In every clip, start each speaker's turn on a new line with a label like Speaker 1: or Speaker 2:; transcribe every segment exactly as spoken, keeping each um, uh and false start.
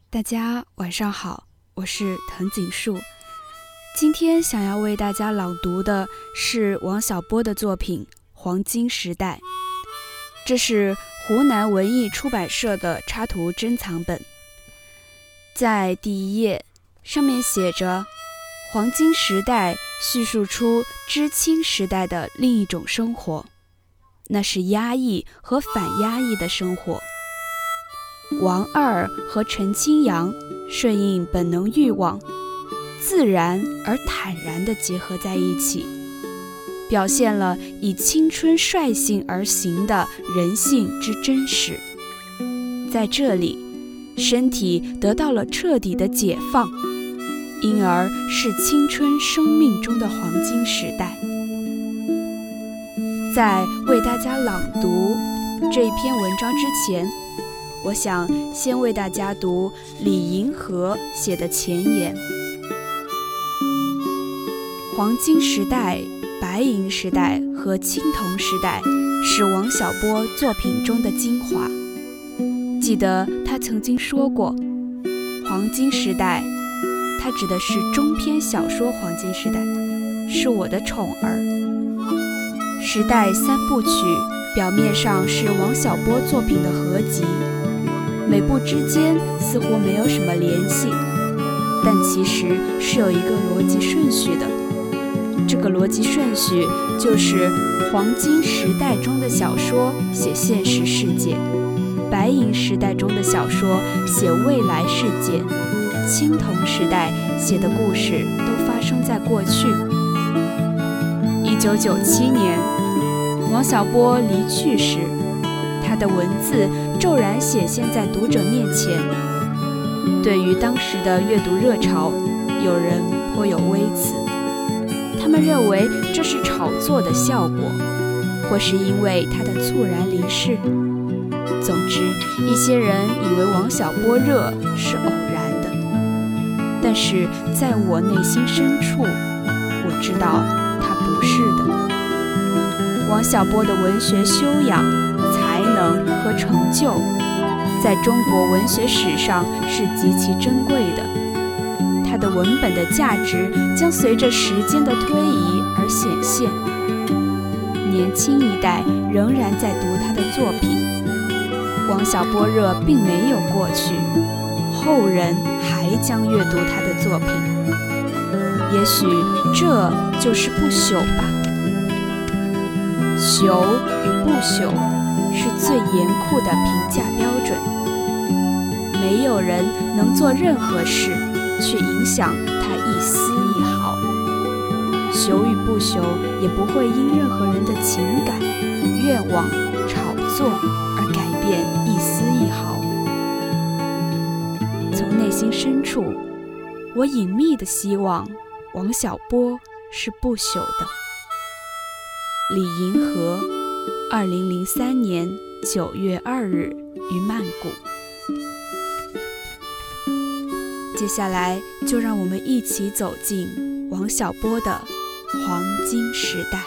Speaker 1: 大家晚上好，我是藤井树。今天想要为大家朗读的是王小波的作品《黄金时代》，这是湖南文艺出版社的插图珍藏本。在第一页上面写着黄金时代，叙述出知青时代的另一种生活，那是压抑和反压抑的生活。王二和陈清扬顺应本能欲望，自然而坦然地结合在一起，表现了以青春率性而行的人性之真实。在这里，身体得到了彻底的解放，因而是青春生命中的黄金时代。在为大家朗读这一篇文章之前，我想先为大家读李银河写的前言。黄金时代、白银时代和青铜时代是王小波作品中的精华。记得他曾经说过，黄金时代，他指的是中篇小说黄金时代，是我的宠儿。时代三部曲表面上是王小波作品的合集，每部之间似乎没有什么联系，但其实是有一个逻辑顺序的。这个逻辑顺序就是黄金时代中的小说写现实世界，白银时代中的小说写未来世界，青铜时代写的故事都发生在过去。一九九七年，王小波离去时，他的文字骤然显现在读者面前。对于当时的阅读热潮，有人颇有微词，他们认为这是炒作的效果，或是因为他的猝然离世。总之，一些人以为王小波热是偶然的，但是在我内心深处，我知道他不是的。王小波的文学修养、才能和成就，在中国文学史上是极其珍贵的。他的文本的价值将随着时间的推移而显现。年轻一代仍然在读他的作品，王小波热并没有过去，后人还将阅读他的作品。也许这就是不朽吧。朽与不朽是最严酷的评价标准，没有人能做任何事去影响它一丝一毫。朽与不朽也不会因任何人的情感、愿望、炒作而改变一丝一毫。从内心深处，我隐秘地希望王小波是不朽的。李银河，二零零三年九月二日于曼谷。接下来就让我们一起走进王小波的黄金时代。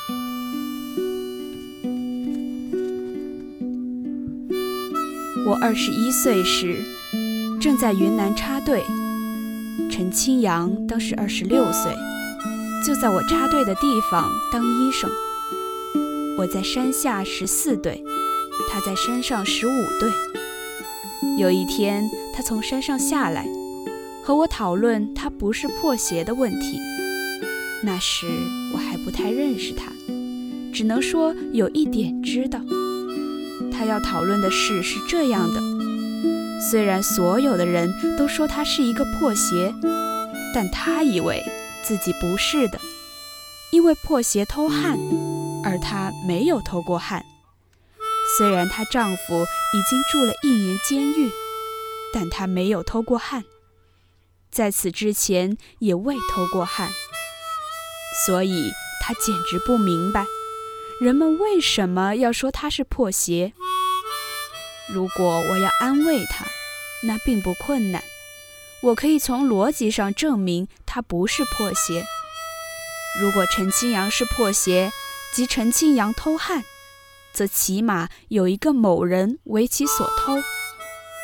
Speaker 1: 我二十一岁时，正在云南插队，陈清扬当时二十六岁，就在我插队的地方当医生。我在山下十四队，他在山上十五队。有一天，他从山上下来，和我讨论他不是破鞋的问题。那时我还不太认识他，只能说有一点知道。他要讨论的事是这样的：虽然所有的人都说他是一个破鞋，但他以为自己不是的，因为破鞋偷汗，而她没有偷过汗。虽然她丈夫已经住了一年监狱，但她没有偷过汗，在此之前也未偷过汗。所以她简直不明白，人们为什么要说她是破鞋。如果我要安慰她，那并不困难，我可以从逻辑上证明她不是破鞋。如果陈清扬是破鞋，即陈清扬偷汗，则起码有一个某人为其所偷。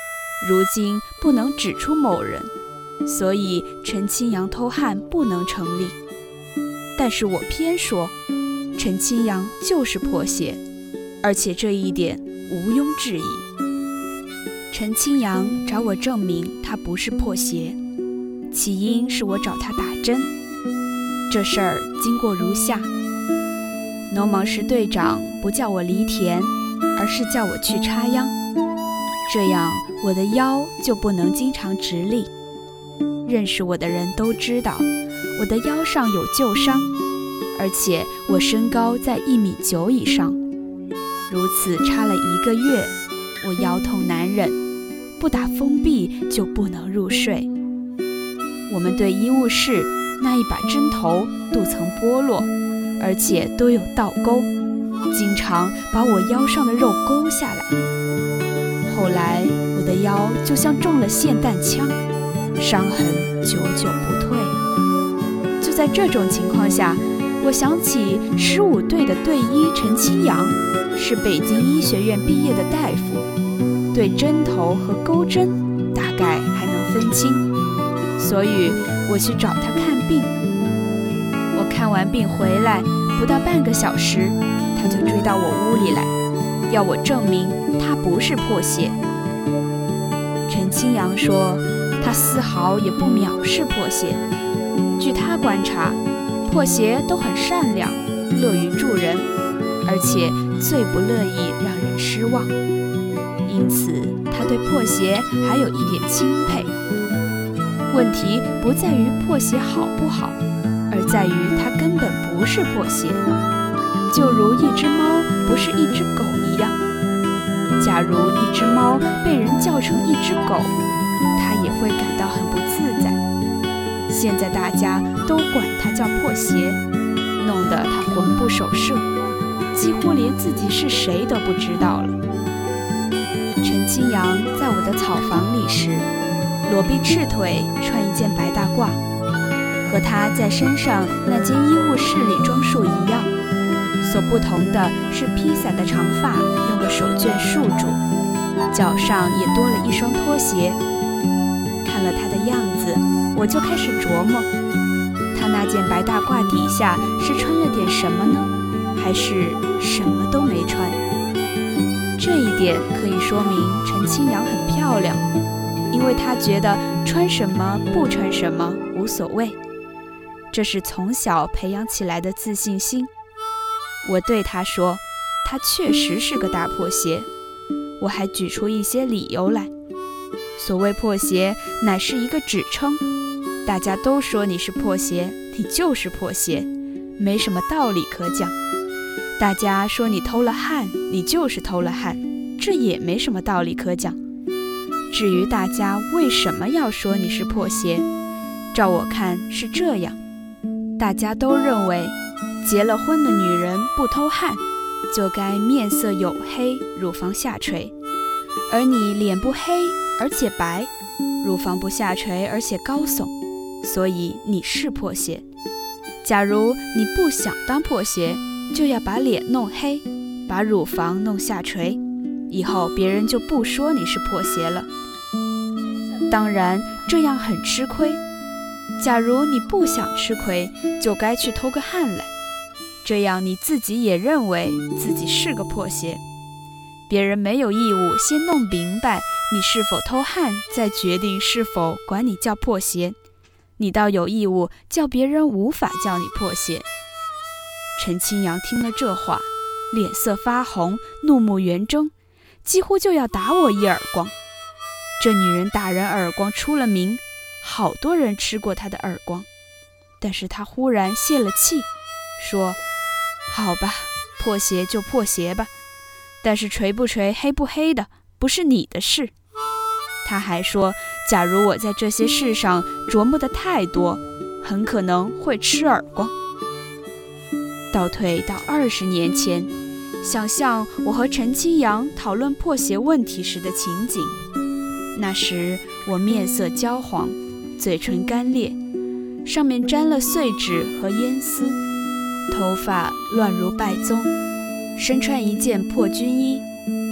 Speaker 1: 如今不能指出某人，所以陈清扬偷汉不能成立。但是我偏说，陈清扬就是破鞋，而且这一点毋庸置疑。陈清扬找我证明他不是破鞋，起因是我找他打针。这事儿经过如下：农忙时队长不叫我犁田，而是叫我去插秧，这样我的腰就不能经常直立。认识我的人都知道，我的腰上有旧伤，而且我身高在一米九以上。如此插了一个月，我腰痛难忍，不打封闭就不能入睡。我们队医务室那一把针头镀层剥落，而且都有倒钩，经常把我腰上的肉勾下来。后来我的腰就像中了霰弹枪，伤痕久久不退。就在这种情况下，我想起十五队的队医陈清扬是北京医学院毕业的大夫，对针头和钩针大概还能分清，所以我去找他看病。我看完病回来不到半个小时，他就追到我屋里来，要我证明他不是破鞋。陈清扬说，他丝毫也不藐视破鞋。据他观察，破鞋都很善良，乐于助人，而且最不乐意让人失望。因此，他对破鞋还有一点钦佩。问题不在于破鞋好不好，而在于它根本不是破鞋，就如一只猫不是一只狗一样。假如一只猫被人叫成一只狗，它也会感到很不自在。现在大家都管它叫破鞋，弄得它魂不守舍，几乎连自己是谁都不知道了。陈清扬在我的草房里时，裸臂赤腿，穿一件白大褂，和他在山上那间医务室里装束一样，所不同的是披散的长发用个手绢束住，脚上也多了一双拖鞋。看了他的样子，我就开始琢磨，他那件白大褂底下是穿了点什么呢？还是什么都没穿？这一点可以说明陈清扬很漂亮，因为他觉得穿什么不穿什么无所谓，这是从小培养起来的自信心。我对他说，他确实是个大破鞋。我还举出一些理由来。所谓破鞋，乃是一个指称，大家都说你是破鞋，你就是破鞋，没什么道理可讲。大家说你偷了汉，你就是偷了汉，这也没什么道理可讲。至于大家为什么要说你是破鞋，照我看是这样，大家都认为结了婚的女人不偷汉，就该面色黝黑，乳房下垂，而你脸不黑而且白，乳房不下垂而且高耸，所以你是破鞋。假如你不想当破鞋，就要把脸弄黑，把乳房弄下垂，以后别人就不说你是破鞋了。当然这样很吃亏，假如你不想吃亏，就该去偷个汉来，这样你自己也认为自己是个破鞋。别人没有义务先弄明白你是否偷汉，再决定是否管你叫破鞋，你倒有义务叫别人无法叫你破鞋。陈清扬听了这话，脸色发红，怒目圆睁，几乎就要打我一耳光。这女人打人耳光出了名，好多人吃过她的耳光。但是她忽然泄了气，说，好吧，破鞋就破鞋吧，但是垂不垂黑不黑的不是你的事。她还说，假如我在这些事上琢磨得太多，很可能会吃耳光。倒退到二十年前，想象我和陈清扬讨论破鞋问题时的情景。那时我面色焦黄，嘴唇干裂，上面沾了碎纸和烟丝，头发乱如败棕，身穿一件破军衣，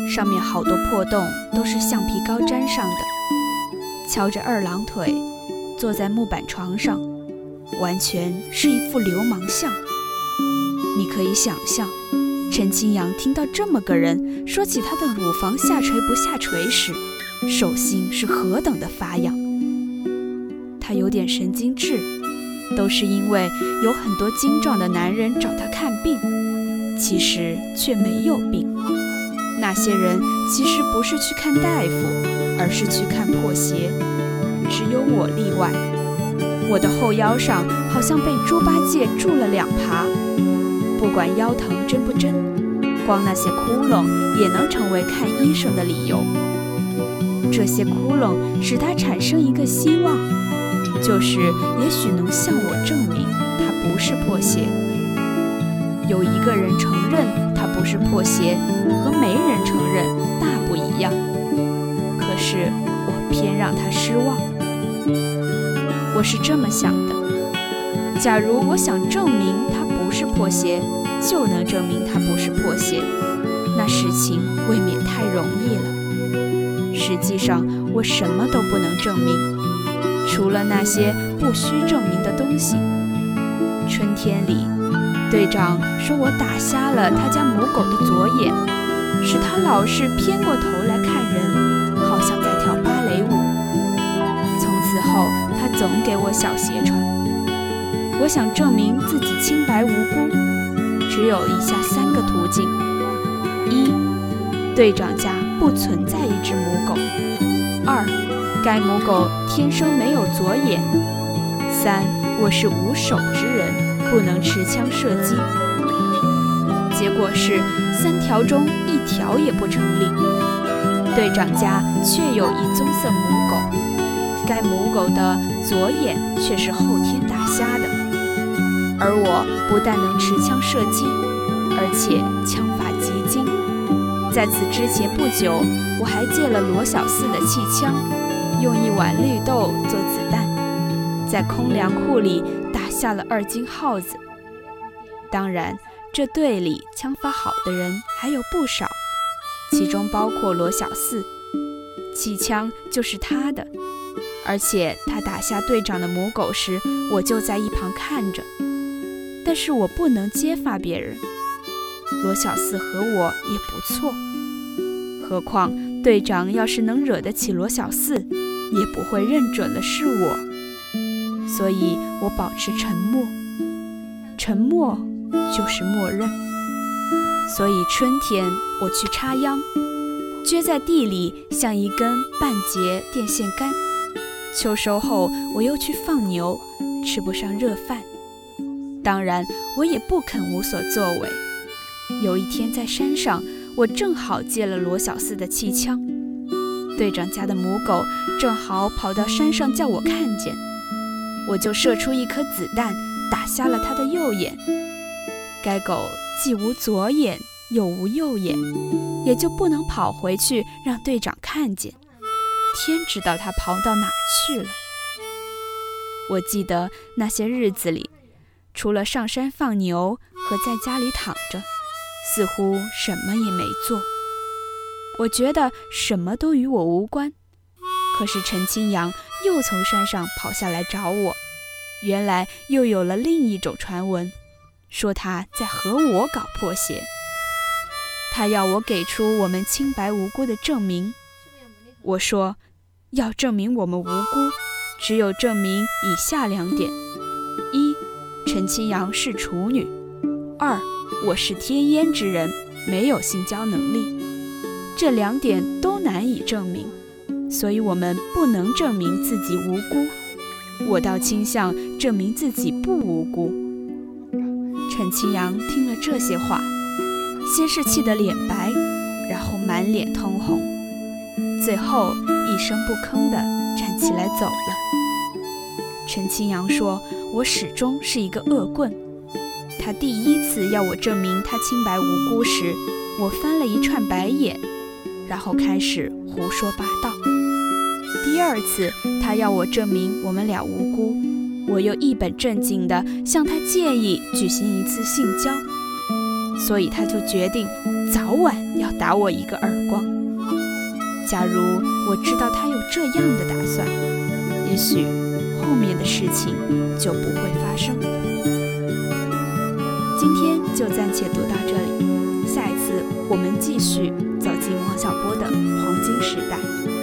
Speaker 1: 上面好多破洞，都是橡皮膏粘上的。翘着二郎腿，坐在木板床上，完全是一副流氓相。你可以想象，陈清扬听到这么个人说起他的乳房下垂不下垂时，手心是何等的发痒。他有点神经质，都是因为有很多精壮的男人找他看病，其实却没有病。那些人其实不是去看大夫，而是去看破鞋。只有我例外，我的后腰上好像被猪八戒蛀了两耙，不管腰疼真不真，光那些窟窿也能成为看医生的理由。这些窟窿使他产生一个希望，就是也许能向我证明他不是破鞋。有一个人承认他不是破鞋，和没人承认大不一样。可是我偏让他失望。我是这么想的，假如我想证明他不是破鞋，就能证明他不是破鞋，那事情未免太容易了。实际上我什么都不能证明，除了那些不需证明的东西。春天里，队长说我打瞎了他家母狗的左眼，使他老是偏过头来看人，好像在跳芭蕾舞。从此后他总给我小鞋穿。我想证明自己清白无辜，只有以下三个途径：一，队长家不存在一只母狗；二，该母狗天生没有左眼；三，我是无手之人，不能持枪射击。结果是三条中一条也不成立。队长家确有一棕色母狗，该母狗的左眼却是后天打瞎的。而我不但能持枪射击，而且枪法极精。在此之前不久，我还借了罗小四的气枪，用一碗绿豆做子弹，在空粮库里打下了二斤耗子。当然，这队里枪法好的人还有不少，其中包括罗小四，气枪就是他的。而且他打下队长的母狗时，我就在一旁看着。但是我不能揭发别人，罗小四和我也不错，何况队长要是能惹得起罗小四，也不会认准了是我。所以我保持沉默，沉默就是默认。所以春天我去插秧，撅在地里像一根半截电线杆。秋收后我又去放牛，吃不上热饭。当然我也不肯无所作为。有一天在山上，我正好借了罗小四的气枪，队长家的母狗正好跑到山上叫我看见，我就射出一颗子弹，打瞎了它的右眼。该狗既无左眼又无右眼，也就不能跑回去让队长看见。天知道它跑到哪儿去了。我记得那些日子里，除了上山放牛和在家里躺着，似乎什么也没做。我觉得什么都与我无关。可是陈清扬又从山上跑下来找我，原来又有了另一种传闻，说他在和我搞破鞋。他要我给出我们清白无辜的证明。我说，要证明我们无辜，只有证明以下两点：一，陈清扬是处女；二，我是天烟之人，没有性交能力。这两点都难以证明，所以我们不能证明自己无辜。我倒倾向证明自己不无辜。陈清扬听了这些话，先是气得脸白，然后满脸通红，最后一声不吭地站起来走了。陈清扬说，我始终是一个恶棍。他第一次要我证明他清白无辜时，我翻了一串白眼，然后开始胡说八道。第二次他要我证明我们俩无辜，我又一本正经地向他建议举行一次性交。 所以他就决定早晚要打我一个耳光。假如我知道他有这样的打算，也许后面的事情就不会发生了。今天就暂且读到这里，下一次我们继续走进王小波的黄金时代。